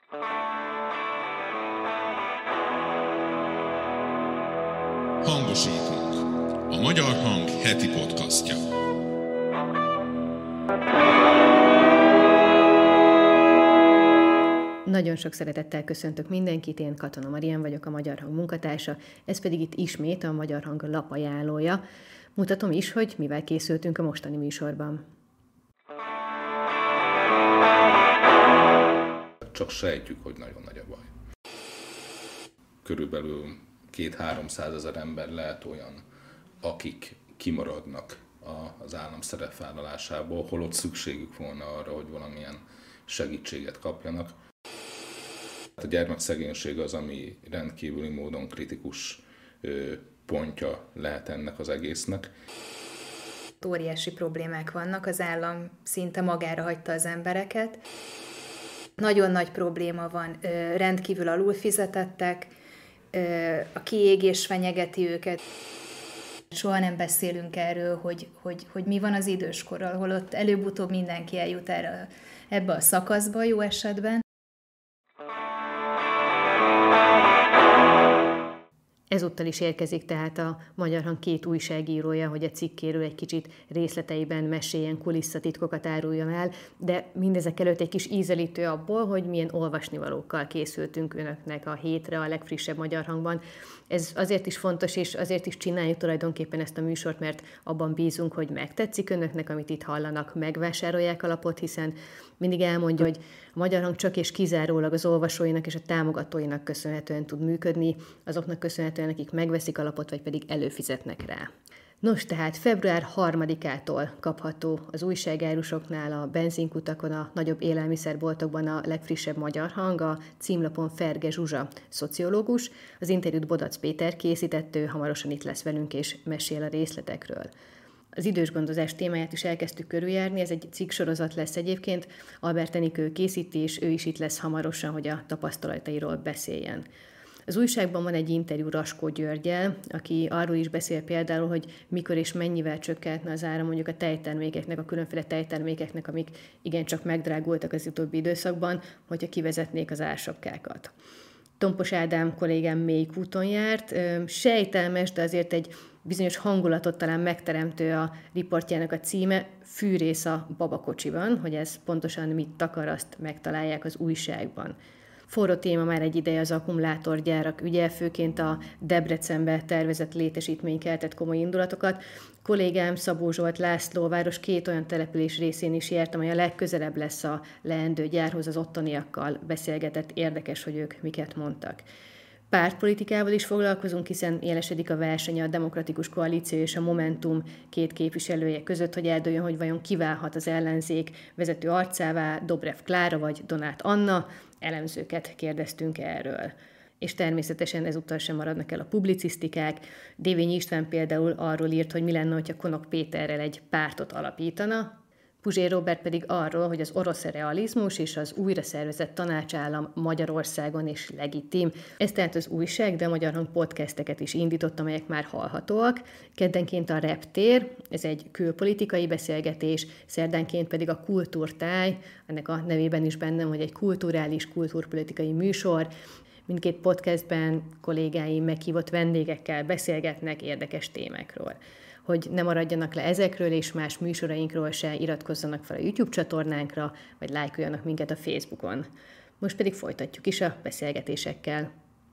Hangosítunk. A Magyar Hang heti podcastja. Nagyon sok szeretettel köszöntök mindenkit, én Katona Marian vagyok, a Magyar Hang munkatársa, ez pedig itt ismét a Magyar Hang lapajánlója. Mutatom is, hogy mivel készültünk a mostani műsorban. Csak sejtjük, hogy nagyon nagy a baj. Körülbelül 200-300 ezer ember lehet olyan, akik kimaradnak az állam szerepvállalásából, holott szükségük volna arra, hogy valamilyen segítséget kapjanak. A gyermekszegénység az, ami rendkívüli módon kritikus pontja lehet ennek az egésznek. Óriási problémák vannak, az állam szinte magára hagyta az embereket. Nagyon nagy probléma van, rendkívül alulfizetettek, a kiégés fenyegeti őket. Soha nem beszélünk erről, hogy mi van az időskorral, holott előbb-utóbb mindenki eljut ebbe a szakaszba jó esetben. Ezúttal is érkezik tehát a Magyar Hang két újságírója, hogy a cikkéről egy kicsit részleteiben meséljen, kulisszatitkokat áruljon el, de mindezek előtt egy kis ízelítő abból, hogy milyen olvasnivalókkal készültünk önöknek a hétre a legfrissebb Magyar Hangban. Ez azért is fontos, és azért is csináljuk tulajdonképpen ezt a műsort, mert abban bízunk, hogy megtetszik önöknek, amit itt hallanak, megvásárolják a lapot, hiszen mindig elmondja, hogy a Magyar Hang csak és kizárólag az olvasóinak és a támogatóinak köszönhetően tud működni, azoknak köszönhetően, akik megveszik a lapot, vagy pedig előfizetnek rá. Nos, tehát február 3-ától kapható az újságárusoknál, a benzinkutakon, a nagyobb élelmiszerboltokban a legfrissebb Magyar Hang, a címlapon Ferge Zsuzsa szociológus, az interjút Bodac Péter készített, ő hamarosan itt lesz velünk és mesél a részletekről. Az idősgondozás témáját is elkezdtük körüljárni, ez egy cikksorozat lesz egyébként, Albert Enikő készíti, és ő is itt lesz hamarosan, hogy a tapasztalatairól beszéljen. Az újságban van egy interjú Raskó Györggyel, aki arról is beszél például, hogy mikor és mennyivel csökkentne az ára mondjuk a tejtermékeknek, a különféle tejtermékeknek, amik igencsak megdrágultak az utóbbi időszakban, hogyha kivezetnék az ársapkákat. Tompos Ádám kollégám melyik úton járt, sejtelmes, de azért egy bizonyos hangulatot talán megteremtő a riportjának a címe, Fűrész a babakocsiban, hogy ez pontosan mit takar, azt megtalálják az újságban. Forró téma már egy ideje az akkumulátorgyárak ügye, főként a Debrecenbe tervezett létesítmény keltett komoly indulatokat. Kollégám Szabó Zsolt László város két olyan település részén is járt, amely a legközelebb lesz a leendő gyárhoz, az ottaniakkal beszélgetett, érdekes, hogy ők miket mondtak. Pártpolitikával is foglalkozunk, hiszen élesedik a verseny a Demokratikus Koalíció és a Momentum két képviselője között, hogy eldőljön, hogy vajon kiválhat az ellenzék vezető arcává, Dobrev Klára vagy Donát Anna, elemzőket kérdeztünk erről. És természetesen ezúttal sem maradnak el a publicisztikák. Dévényi István például arról írt, hogy mi lenne, hogyha Konok Péterrel egy pártot alapítana, Puzsér Róbert pedig arról, hogy az orosz realizmus és az újra szervezett tanácsállam Magyarországon is legitim. Ez tehát az újság, de a Magyar Hang podcasteket is indított, amelyek már hallhatóak. Keddenként a Reptér, ez egy külpolitikai beszélgetés, szerdánként pedig a Kultúrtáj, ennek a nevében is bennem, hogy egy kulturális, kultúrpolitikai műsor. Mindkét podcastben kollégáim meghívott vendégekkel beszélgetnek érdekes témákról. Hogy ne maradjanak le ezekről és más műsorainkról se, iratkozzanak fel a YouTube csatornánkra, vagy lájkoljanak minket a Facebookon. Most pedig folytatjuk is a beszélgetésekkel.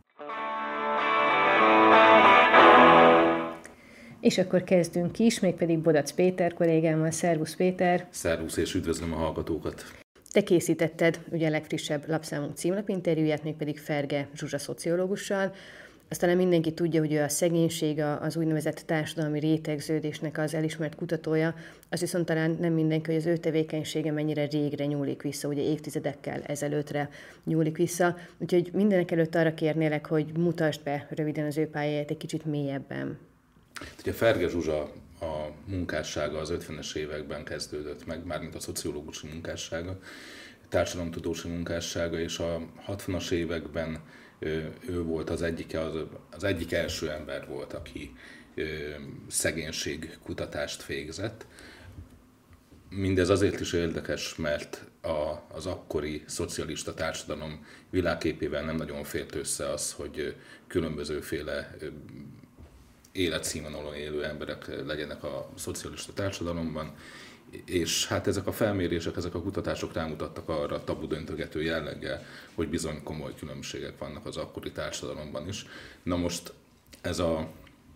És akkor kezdünk is, mégpedig Bodac Péter kollégámmal. Szervusz Péter! Szervusz, és üdvözlöm a hallgatókat! Te készítetted ugye a legfrissebb lapszámunk címlapinterjúját, mégpedig Ferge Zsuzsa szociológussal. Aztán mindenki tudja, hogy ő a szegénység, az úgynevezett társadalmi rétegződésnek az elismert kutatója, az viszont talán nem mindenki, hogy az ő tevékenysége mennyire régre nyúlik vissza, ugye évtizedekkel ezelőttre nyúlik vissza. Úgyhogy mindenek előtt arra kérnélek, hogy mutasd be röviden az ő pályáját egy kicsit mélyebben. Ugye Ferge Zsuzsa a munkássága az 50-es években kezdődött meg, mármint a szociológusi munkássága, társadalomtudósi munkássága, és a 60-as években ő volt az egyik első ember volt, aki szegénységkutatást végzett. Mindez azért is érdekes, mert az akkori szocialista társadalom világképével nem nagyon fért össze az, hogy különbözőféle életszínvonalon élő emberek legyenek a szocialista társadalomban, és hát ezek a felmérések, ezek a kutatások rámutattak arra tabudöntögető jelleggel, hogy bizony komoly különbségek vannak az akkori társadalomban is. Na most ez a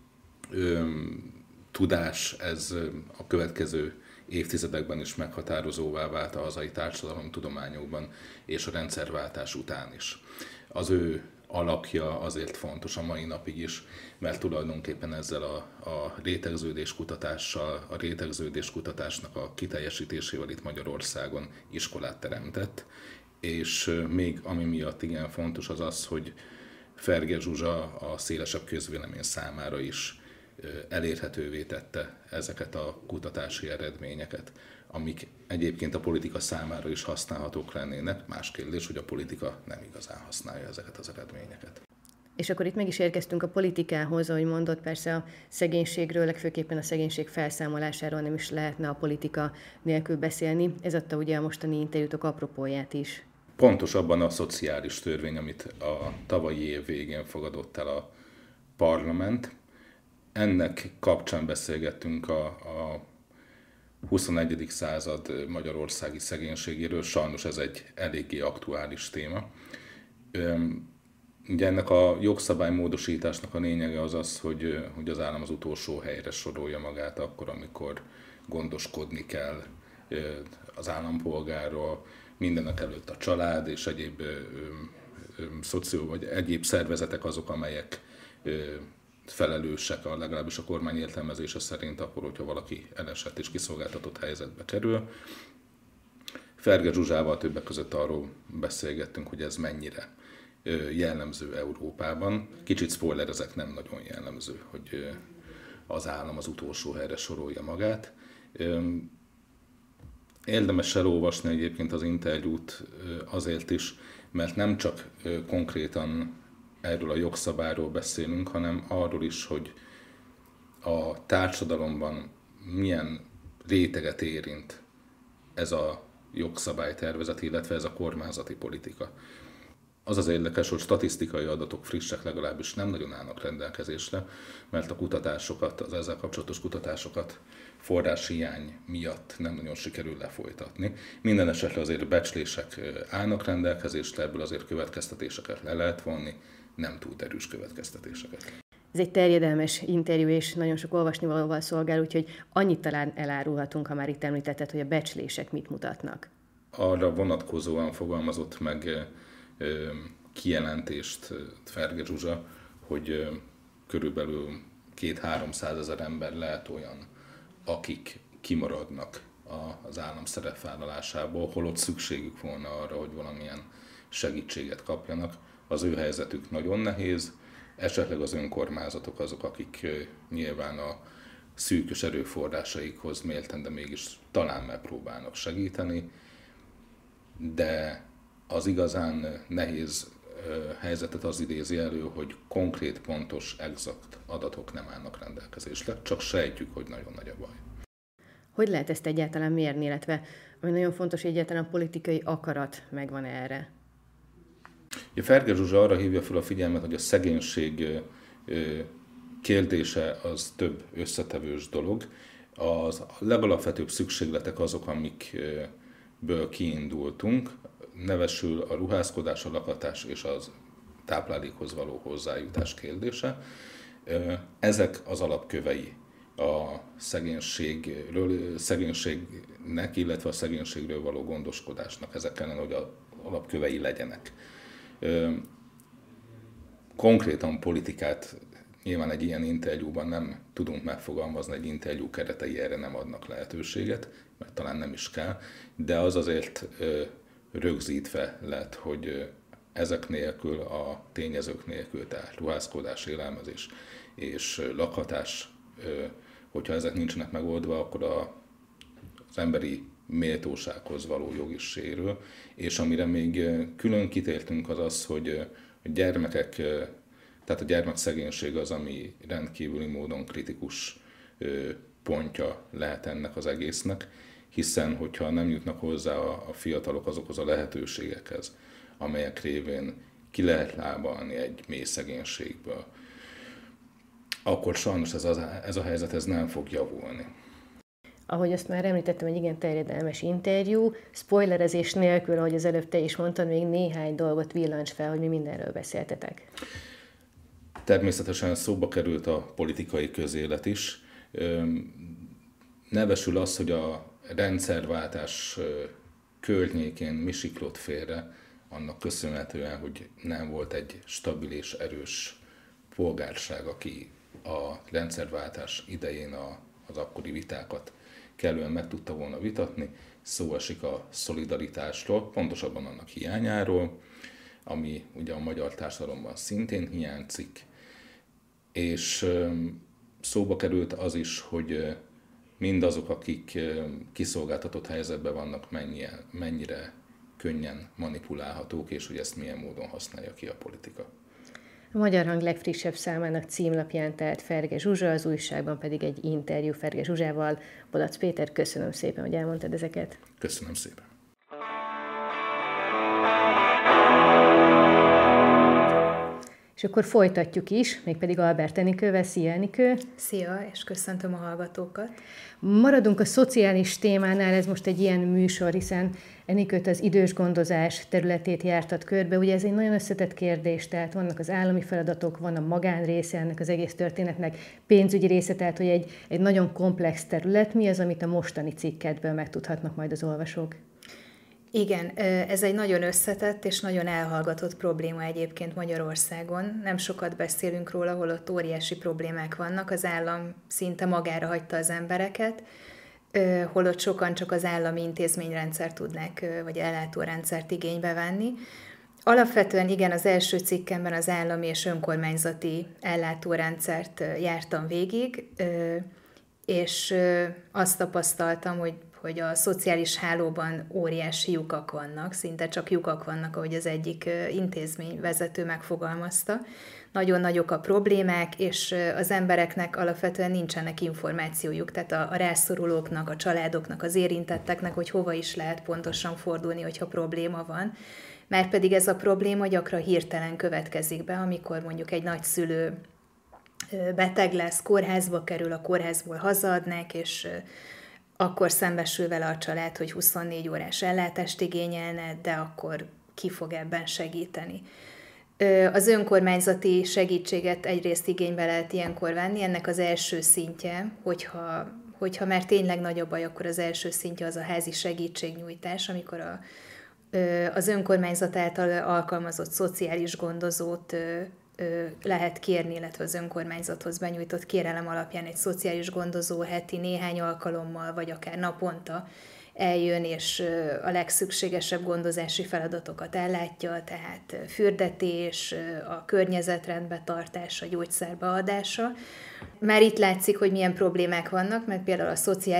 tudás, ez a következő évtizedekben is meghatározóvá vált a hazai társadalomtudományokban és a rendszerváltás után is. Az ő alapja azért fontos a mai napig is, mert tulajdonképpen ezzel a rétegződés kutatással, a rétegződés kutatásnak a kiteljesítésével itt Magyarországon iskolát teremtett, és még ami miatt igen fontos az az, hogy Ferge Zsuzsa a szélesebb közvélemény számára is elérhetővé tette ezeket a kutatási eredményeket, amik egyébként a politika számára is használhatók lennének. Más kérdés, hogy a politika nem igazán használja ezeket az eredményeket. És akkor itt meg is érkeztünk a politikához, ahogy mondott, persze a szegénységről, legfőképpen a szegénység felszámolásáról nem is lehetne a politika nélkül beszélni. Ez adta ugye a mostani interjútok apropóját is. Pontosabban a szociális törvény, amit a tavalyi év végén fogadott el a parlament. Ennek kapcsán beszélgettünk a 21. század magyarországi szegénységéről, sajnos ez egy eléggé aktuális téma. Ugye ennek a jogszabálymódosításnak a lényege az az, hogy az állam az utolsó helyre sorolja magát akkor, amikor gondoskodni kell az állampolgárról, mindenek előtt a család és egyéb vagy egyéb szervezetek azok, amelyek felelősek, legalábbis a kormány értelmezése szerint akkor, hogyha valaki elesett és kiszolgáltatott helyzetbe kerül. Ferge Zsuzsával többek között arról beszélgettünk, hogy ez mennyire jellemző Európában. Kicsit spoilerezek, nem nagyon jellemző, hogy az állam az utolsó helyre sorolja magát. Érdemes elolvasni egyébként az interjút azért is, mert nem csak konkrétan erről a jogszabályról beszélünk, hanem arról is, hogy a társadalomban milyen réteget érint ez a jogszabálytervezet, illetve ez a kormányzati politika. Az az érdekes, hogy statisztikai adatok frissek legalábbis nem nagyon állnak rendelkezésre, mert a kutatásokat, az ezzel kapcsolatos kutatásokat forráshiány miatt nem nagyon sikerül lefolytatni. Minden esetre azért becslések állnak rendelkezésre, ebből azért következtetéseket le lehet vonni, nem túl erős következtetéseket. Ez egy terjedelmes interjú, és nagyon sok olvasnivalóval szolgál, úgyhogy annyit talán elárulhatunk, ha már itt említetted, hogy a becslések mit mutatnak. Arra vonatkozóan fogalmazott meg kijelentést Ferge Zsuzsa, hogy körülbelül 200-300 ezer ember lehet olyan, akik kimaradnak az állam szerepvállalásából, holott szükségük volna arra, hogy valamilyen segítséget kapjanak. Az ő helyzetük nagyon nehéz, esetleg az önkormányzatok azok, akik nyilván a szűkös erőforrásaikhoz mélten, de mégis talán megpróbálnak segíteni, de az igazán nehéz helyzetet az idézi elő, hogy konkrét, pontos, exakt adatok nem állnak rendelkezésre, csak sejtjük, hogy nagyon nagy a baj. Hogy lehet ezt egyáltalán mérni, illetve ami nagyon fontos, hogy egyáltalán a politikai akarat megvan erre? A Ferge Zsuzsa arra hívja fel a figyelmet, hogy a szegénység kérdése az több összetevős dolog. A legalapvetőbb szükségletek azok, amikből kiindultunk, nevesül a ruházkodás, a lakatás és az táplálékhoz való hozzájutás kérdése. Ezek az alapkövei a szegénységnek, illetve a szegénységről való gondoskodásnak. Ezek kellene, hogy az alapkövei legyenek. Konkrétan politikát nyilván egy ilyen interjúban nem tudunk megfogalmazni, egy interjú keretei erre nem adnak lehetőséget, mert talán nem is kell, de az azért rögzítve lett, hogy ezek nélkül, a tényezők nélkül, tehát ruházkodás, élelmezés és lakhatás, hogyha ezek nincsenek megoldva, akkor az emberi méltósághoz való jog is sérül, és amire még külön kitértünk az az, hogy gyermekek, tehát a gyermekszegénység az, ami rendkívüli módon kritikus pontja lehet ennek az egésznek, hiszen hogyha nem jutnak hozzá a fiatalok azokhoz a lehetőségekhez, amelyek révén ki lehet lábalni egy mély szegénységből, akkor sajnos ez a helyzet ez nem fog javulni. Ahogy azt már említettem, egy igen terjedelmes interjú, spoilerezés nélkül, ahogy az előbb te is mondtad, még néhány dolgot villancs fel, hogy mi mindenről beszéltetek. Természetesen szóba került a politikai közélet is. Nevesül az, hogy a rendszerváltás környékén mi siklott félre, annak köszönhetően, hogy nem volt egy stabil és erős polgárság, aki a rendszerváltás idején az akkori vitákat kellően meg tudta volna vitatni. Szó esik a szolidaritásról, pontosabban annak hiányáról, ami ugye a magyar társadalomban szintén hiányzik, és szóba került az is, hogy mindazok, akik kiszolgáltatott helyzetben vannak, mennyire könnyen manipulálhatók, és hogy ezt milyen módon használja ki a politika. A Magyar Hang legfrissebb számának címlapján telt Ferge Zsuzsa, az újságban pedig egy interjú Ferge Zsuzsával. Bolac Péter, köszönöm szépen, hogy elmondtad ezeket. Köszönöm szépen. És akkor folytatjuk is, mégpedig Albert Enikővel. Szia, Enikő! Szia, és köszöntöm a hallgatókat! Maradunk a szociális témánál, ez most egy ilyen műsor, hiszen Enikőt az idős gondozás területét jártad körbe. Ugye ez egy nagyon összetett kérdés, tehát vannak az állami feladatok, van a magánrésze ennek az egész történetnek, pénzügyi része, tehát hogy egy nagyon komplex terület. Mi az, amit a mostani cikkedből megtudhatnak majd az olvasók? Igen, ez egy nagyon összetett és nagyon elhallgatott probléma egyébként Magyarországon. Nem sokat beszélünk róla, holott óriási problémák vannak. Az állam szinte magára hagyta az embereket, holott sokan csak az állami intézményrendszer tudnák, vagy ellátórendszert igénybe venni. Alapvetően igen, az első cikkemben az állami és önkormányzati ellátórendszert jártam végig, és azt tapasztaltam, hogy a szociális hálóban óriási lyukak vannak, szinte csak lyukak vannak, ahogy az egyik intézményvezető megfogalmazta. Nagyon nagyok a problémák, és az embereknek alapvetően nincsenek információjuk, tehát a rászorulóknak, a családoknak, az érintetteknek, hogy hova is lehet pontosan fordulni, hogyha probléma van. Márpedig ez a probléma gyakran hirtelen következik be, amikor mondjuk egy nagyszülő beteg lesz, kórházba kerül, a kórházból hazaadnák, és akkor szembesül vele a család, hogy 24 órás ellátást igényelne, de akkor ki fog ebben segíteni. Az önkormányzati segítséget egyrészt igénybe lehet ilyenkor venni, ennek az első szintje, hogyha már tényleg nagy a baj, akkor az első szintje az a házi segítségnyújtás, amikor az önkormányzat által alkalmazott szociális gondozót lehet kérni, illetve az önkormányzathoz benyújtott kérelem alapján egy szociális gondozó heti néhány alkalommal, vagy akár naponta eljön, és a legszükségesebb gondozási feladatokat ellátja, tehát fürdetés, a környezetrendbe tartása, gyógyszerbeadása. Már itt látszik, hogy milyen problémák vannak, mert például a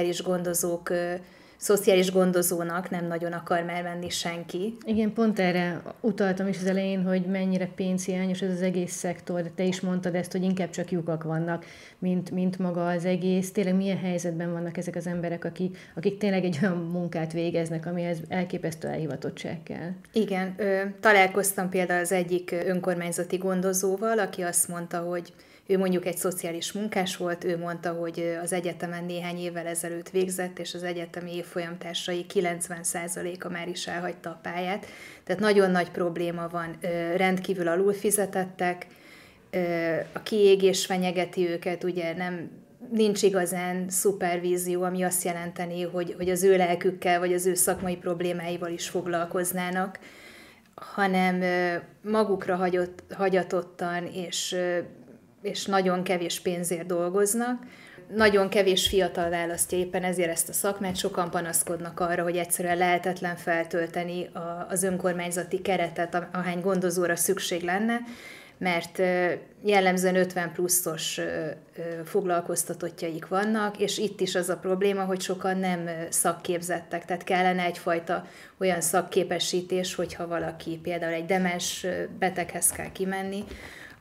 szociális gondozónak nem nagyon akar már venni senki. Igen, pont erre utaltam is az elején, hogy mennyire pénzhiányos ez az egész szektor, de te is mondtad ezt, hogy inkább csak lyukak vannak, mint maga az egész. Tényleg milyen helyzetben vannak ezek az emberek, akik tényleg egy olyan munkát végeznek, amihez elképesztő elhivatottság kell. Igen, találkoztam például az egyik önkormányzati gondozóval, aki azt mondta, hogy ő mondjuk egy szociális munkás volt, ő mondta, hogy az egyetemen néhány évvel ezelőtt végzett, és az egyetemi évfolyamtársai 90%-a már is elhagyta a pályát. Tehát nagyon nagy probléma van, rendkívül alulfizetettek, a kiégés fenyegeti őket, ugye nincs igazán szupervízió, ami azt jelenteni, hogy az ő lelkükkel, vagy az ő szakmai problémáival is foglalkoznának, hanem magukra hagyatottan, és nagyon kevés pénzért dolgoznak. Nagyon kevés fiatal választja éppen ezért ezt a szakmát, sokan panaszkodnak arra, hogy egyszerűen lehetetlen feltölteni az önkormányzati keretet, ahány gondozóra szükség lenne, mert jellemzően 50 pluszos foglalkoztatottjaik vannak, és itt is az a probléma, hogy sokan nem szakképzettek, tehát kellene egyfajta olyan szakképesítés, hogyha valaki például egy demens beteghez kell kimenni,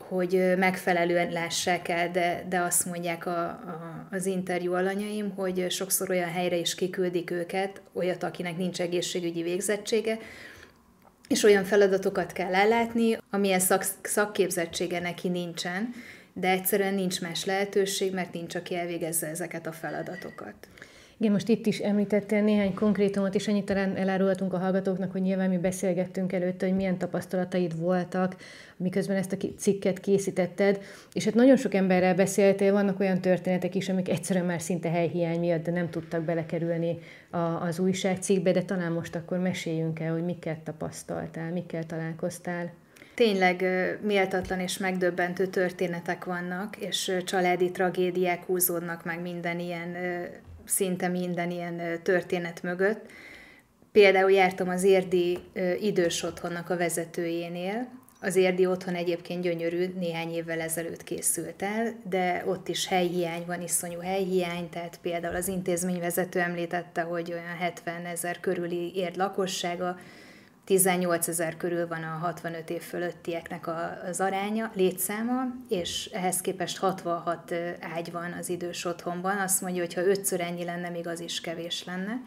hogy megfelelően lássák el, de azt mondják az interjú alanyaim, hogy sokszor olyan helyre is kiküldik őket, olyat, akinek nincs egészségügyi végzettsége, és olyan feladatokat kell ellátni, amilyen szakképzettsége neki nincsen, de egyszerűen nincs más lehetőség, mert nincs, aki elvégezze ezeket a feladatokat. Igen, most itt is említettél néhány konkrétumot, és annyit talán elárulhatunk a hallgatóknak, hogy nyilván mi beszélgettünk előtte, hogy milyen tapasztalataid voltak, miközben ezt a cikket készítetted, és hát nagyon sok emberrel beszéltél, vannak olyan történetek is, amik egyszerűen már szinte helyhiány miatt, de nem tudtak belekerülni az újságcikkbe, de talán most akkor meséljünk el, hogy miket tapasztaltál, mikkel találkoztál. Tényleg méltatlan és megdöbbentő történetek vannak, és családi tragédiák húzódnak meg szinte minden ilyen történet mögött. Például jártam az érdi idős otthonnak a vezetőjénél. Az érdi otthon egyébként gyönyörű, néhány évvel ezelőtt készült el, de ott is helyhiány van, iszonyú helyhiány, tehát például az intézményvezető említette, hogy olyan 70 000 körüli érd lakossága, 18 000 körül van a 65 év fölöttieknek az aránya, létszáma, és ehhez képest 66 ágy van az idős otthonban. Azt mondja, hogy ha 5-ször ennyi lenne, még az is kevés lenne.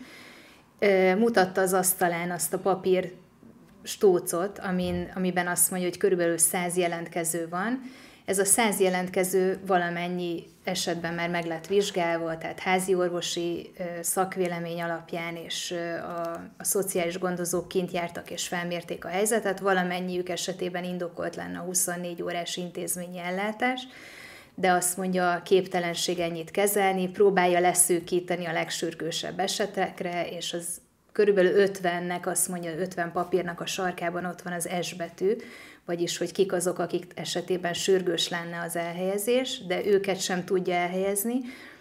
Mutatta az asztalán azt a papír stócot, amiben azt mondja, hogy körülbelül 100 jelentkező van. Ez a 100 jelentkező valamennyi esetben már meg lett vizsgálva, tehát házi orvosi szakvélemény alapján, és a szociális gondozók kint jártak és felmérték a helyzetet, valamennyiük esetében indokolt lenne a 24 órás intézményi ellátás, de azt mondja, a képtelenség ennyit kezelni, próbálja leszűkíteni a legsürgősebb esetekre, és az körülbelül 50-nek, azt mondja, 50 papírnak a sarkában ott van az S betű, vagyis, hogy kik azok, akik esetében sürgős lenne az elhelyezés, de őket sem tudja elhelyezni.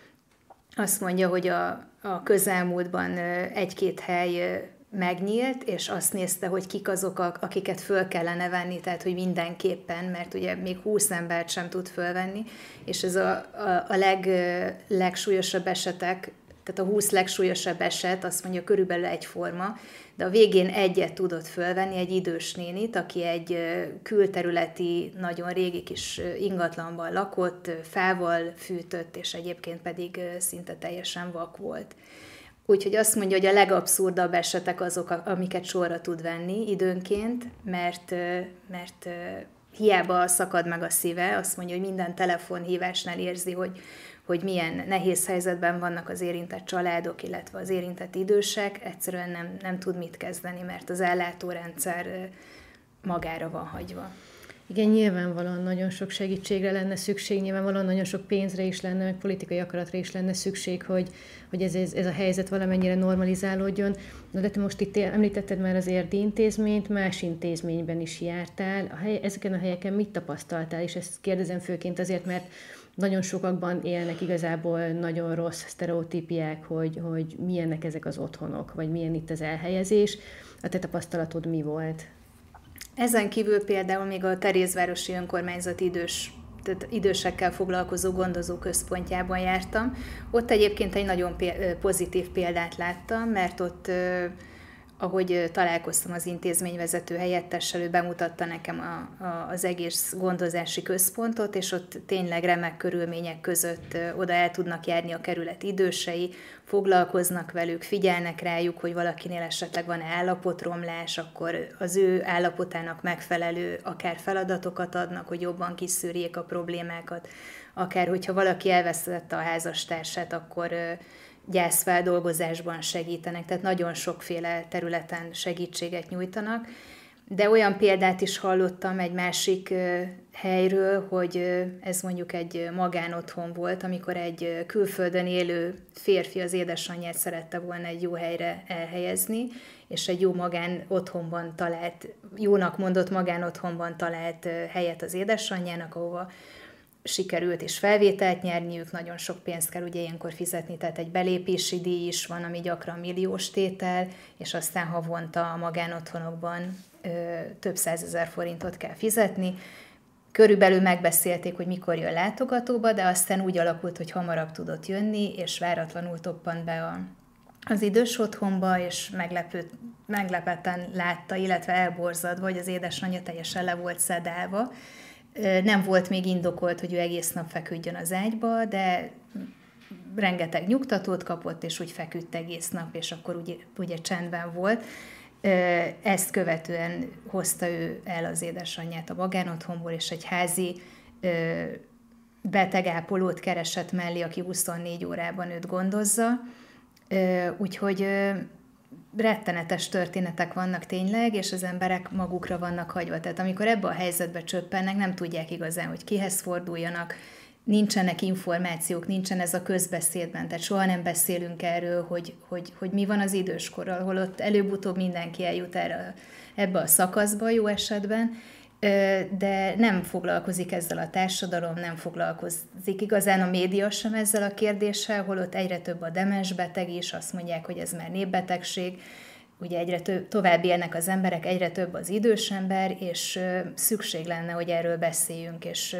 Azt mondja, hogy a közelmúltban 1-2 hely megnyílt, és azt nézte, hogy kik azok, akiket föl kellene venni, tehát, hogy mindenképpen, mert ugye még 20 embert sem tud fölvenni, és ez a legsúlyosabb esetek, tehát a 20 legsúlyosabb eset, azt mondja, körülbelül egyforma, de a végén egyet tudott fölvenni, egy idős nénit, aki egy külterületi, nagyon régi kis ingatlanban lakott, fával fűtött, és egyébként pedig szinte teljesen vak volt. Úgyhogy azt mondja, hogy a legabszurdabb esetek azok, amiket sorra tud venni időnként, mert hiába szakad meg a szíve, azt mondja, hogy minden telefonhívásnál érzi, hogy milyen nehéz helyzetben vannak az érintett családok, illetve az érintett idősek, egyszerűen nem tud mit kezdeni, mert az ellátórendszer magára van hagyva. Igen, nyilvánvalóan nagyon sok segítségre lenne szükség, nyilvánvalóan nagyon sok pénzre is lenne, meg politikai akaratra is lenne szükség, hogy ez a helyzet valamennyire normalizálódjon. De te most itt említetted már az érdi intézményt, más intézményben is jártál. Ezeken a helyeken mit tapasztaltál? És ezt kérdezem főként azért, mert nagyon sokakban élnek igazából nagyon rossz sztereotípiák, hogy milyennek ezek az otthonok, vagy milyen itt az elhelyezés. A te tapasztalatod mi volt? Ezen kívül például még a Terézvárosi Önkormányzat idősekkel foglalkozó gondozó központjában jártam. Ott egyébként egy nagyon pozitív példát láttam, mert ott, ahogy találkoztam az intézményvezető helyettessel, ő bemutatta nekem az egész gondozási központot, és ott tényleg remek körülmények között oda el tudnak járni a kerület idősei, foglalkoznak velük, figyelnek rájuk, hogy valakinél esetleg van állapotromlás, akkor az ő állapotának megfelelő akár feladatokat adnak, hogy jobban kiszűrjék a problémákat, akár hogyha valaki elvesztette a házastársát, akkor gyászfeldolgozásban segítenek, tehát nagyon sokféle területen segítséget nyújtanak, de olyan példát is hallottam egy másik helyről, hogy ez mondjuk egy magánotthon volt, amikor egy külföldön élő férfi az édesanyját szerette volna egy jó helyre elhelyezni, és egy jó magánotthonban talált, jónak mondott magánotthonban talált helyet az édesanyjának, ahova sikerült és felvételt nyerniük, nagyon sok pénzt kell ugye ilyenkor fizetni, tehát egy belépési díj is van, ami gyakran milliós tétel, és aztán havonta a magánotthonokban több 100 000 forintot kell fizetni. Körülbelül megbeszélték, hogy mikor jön látogatóba, de aztán úgy alakult, hogy hamarabb tudott jönni, és váratlanul toppant be az idős otthonba, és meglepetten látta, illetve elborzadva, hogy az édesanyja teljesen le volt szedálva. Nem volt még indokolt, hogy ő egész nap feküdjön az ágyba, de rengeteg nyugtatót kapott, és úgy feküdt egész nap, és akkor ugye csendben volt. Ezt követően hozta ő el az édesanyját a magánotthonból, és egy házi betegápolót keresett mellé, aki 24 órában őt gondozza. Úgyhogy rettenetes történetek vannak tényleg, és az emberek magukra vannak hagyva. Tehát amikor ebbe a helyzetbe csöppennek, nem tudják igazán, hogy kihez forduljanak, nincsenek információk, nincsen ez a közbeszédben, tehát soha nem beszélünk erről, hogy mi van az időskorral, holott előbb-utóbb mindenki eljut ebbe a szakaszba jó esetben, de nem foglalkozik ezzel a társadalom, nem foglalkozik igazán a média sem ezzel a kérdéssel, holott egyre több a demens beteg is, azt mondják, hogy ez már népbetegség, ugye egyre tovább élnek az emberek, egyre több az idős ember, és szükség lenne, hogy erről beszéljünk, és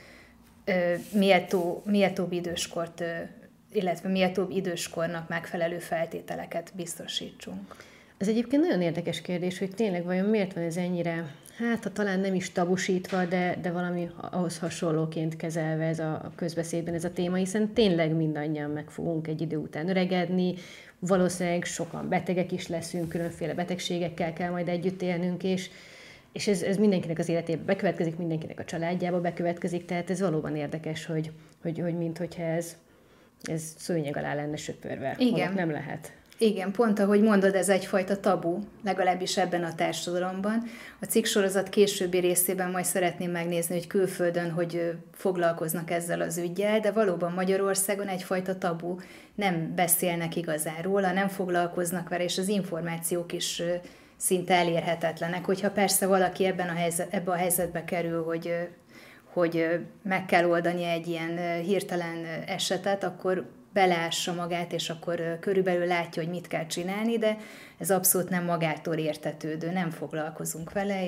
méltóbb időskort, illetve méltóbb időskornak megfelelő feltételeket biztosítsunk. Ez egyébként nagyon érdekes kérdés, hogy tényleg vajon miért van ez ennyire, ha talán nem is tabusítva, de valami ahhoz hasonlóként kezelve ez a közbeszédben ez a téma, hiszen tényleg mindannyian meg fogunk egy idő után öregedni, valószínűleg sokan betegek is leszünk, különféle betegségekkel kell majd együtt élnünk, és ez mindenkinek az életébe bekövetkezik, mindenkinek a családjába bekövetkezik, tehát ez valóban érdekes, hogy minthogyha ez szőnyeg alá lenne söpörve. Igen. Nem lehet. Igen, pont ahogy mondod, ez egyfajta tabu, legalábbis ebben a társadalomban. A cikksorozat későbbi részében majd szeretném megnézni, hogy külföldön hogy foglalkoznak ezzel az üggyel, de valóban Magyarországon egyfajta tabu, nem beszélnek igazán róla, nem foglalkoznak vele, és az információk is szinte elérhetetlenek. Hogyha persze valaki ebbe a helyzetbe kerül, hogy meg kell oldani egy ilyen hirtelen esetet, akkor beleássa magát, és akkor körülbelül látja, hogy mit kell csinálni, de ez abszolút nem magától értetődő, nem foglalkozunk vele,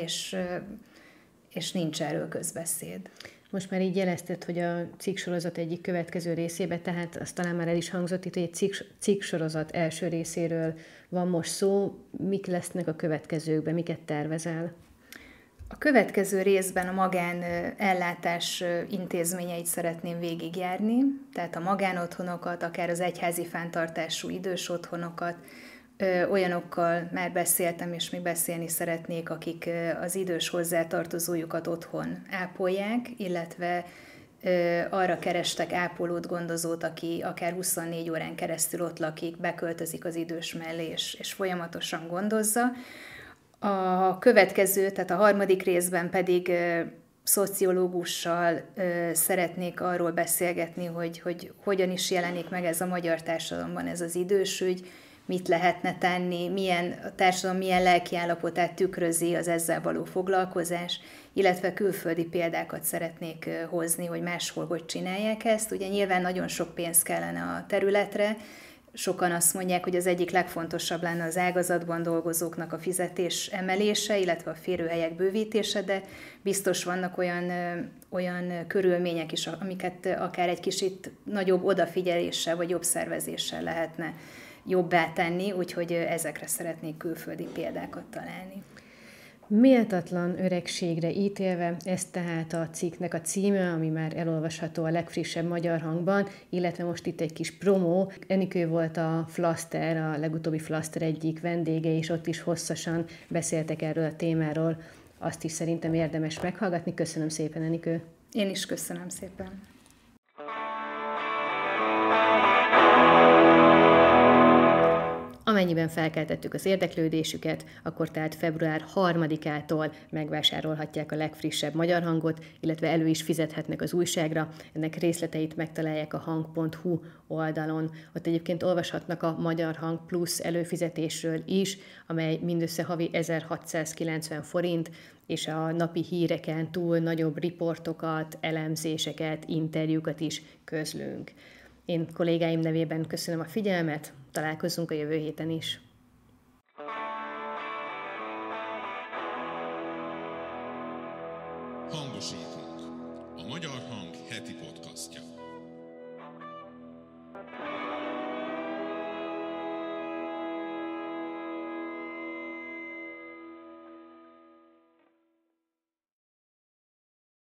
és nincs erről közbeszéd. Most már így jelezted, hogy a cikksorozat egyik következő részébe, tehát azt talán már el is hangzott itt, hogy egy cikksorozat első részéről van most szó. Mik lesznek a következőkben, miket tervezel? A következő részben a magánellátás intézményeit szeretném végigjárni, tehát a magánotthonokat, akár az egyházi fenntartású idős otthonokat, olyanokkal már beszéltem, és még beszélni szeretnék, akik az idős hozzátartozójukat otthon ápolják, illetve arra kerestek ápolót, gondozót, aki akár 24 órán keresztül ott lakik, beköltözik az idős mellé, és folyamatosan gondozza. A következő, tehát a harmadik részben pedig szociológussal szeretnék arról beszélgetni, hogy hogyan is jelenik meg ez a magyar társadalomban ez az idősügy, mit lehetne tenni, a társadalom milyen lelkiállapotát tükrözi az ezzel való foglalkozás, illetve külföldi példákat szeretnék hozni, hogy máshol hogy csinálják ezt. Ugye nyilván nagyon sok pénz kellene a területre, sokan azt mondják, hogy az egyik legfontosabb lenne az ágazatban dolgozóknak a fizetés emelése, illetve a férőhelyek bővítése, de biztos vannak olyan körülmények is, amiket akár egy kicsit nagyobb odafigyeléssel vagy jobb szervezéssel lehetne jobbá tenni, úgyhogy ezekre szeretnék külföldi példákat találni. Méltatlan öregségre ítélve, ez tehát a cikknek a címe, ami már elolvasható a legfrissebb Magyar Hangban, illetve most itt egy kis promó. Enikő volt a Flaszter, a legutóbbi Flaszter egyik vendége, és ott is hosszasan beszéltek erről a témáról. Azt is szerintem érdemes meghallgatni. Köszönöm szépen, Enikő. Én is köszönöm szépen. Amennyiben felkeltettük az érdeklődésüket, akkor tehát február 3-ától megvásárolhatják a legfrissebb Magyar Hangot, illetve elő is fizethetnek az újságra. Ennek részleteit megtalálják a hang.hu oldalon. Ott egyébként olvashatnak a Magyar Hang Plus előfizetésről is, amely mindössze havi 1690 forint, és a napi híreken túl nagyobb riportokat, elemzéseket, interjúkat is közlünk. Én kollégáim nevében köszönöm a figyelmet, találkozzunk a jövő héten is. Hangosítunk. A Magyar Hang heti podcastja.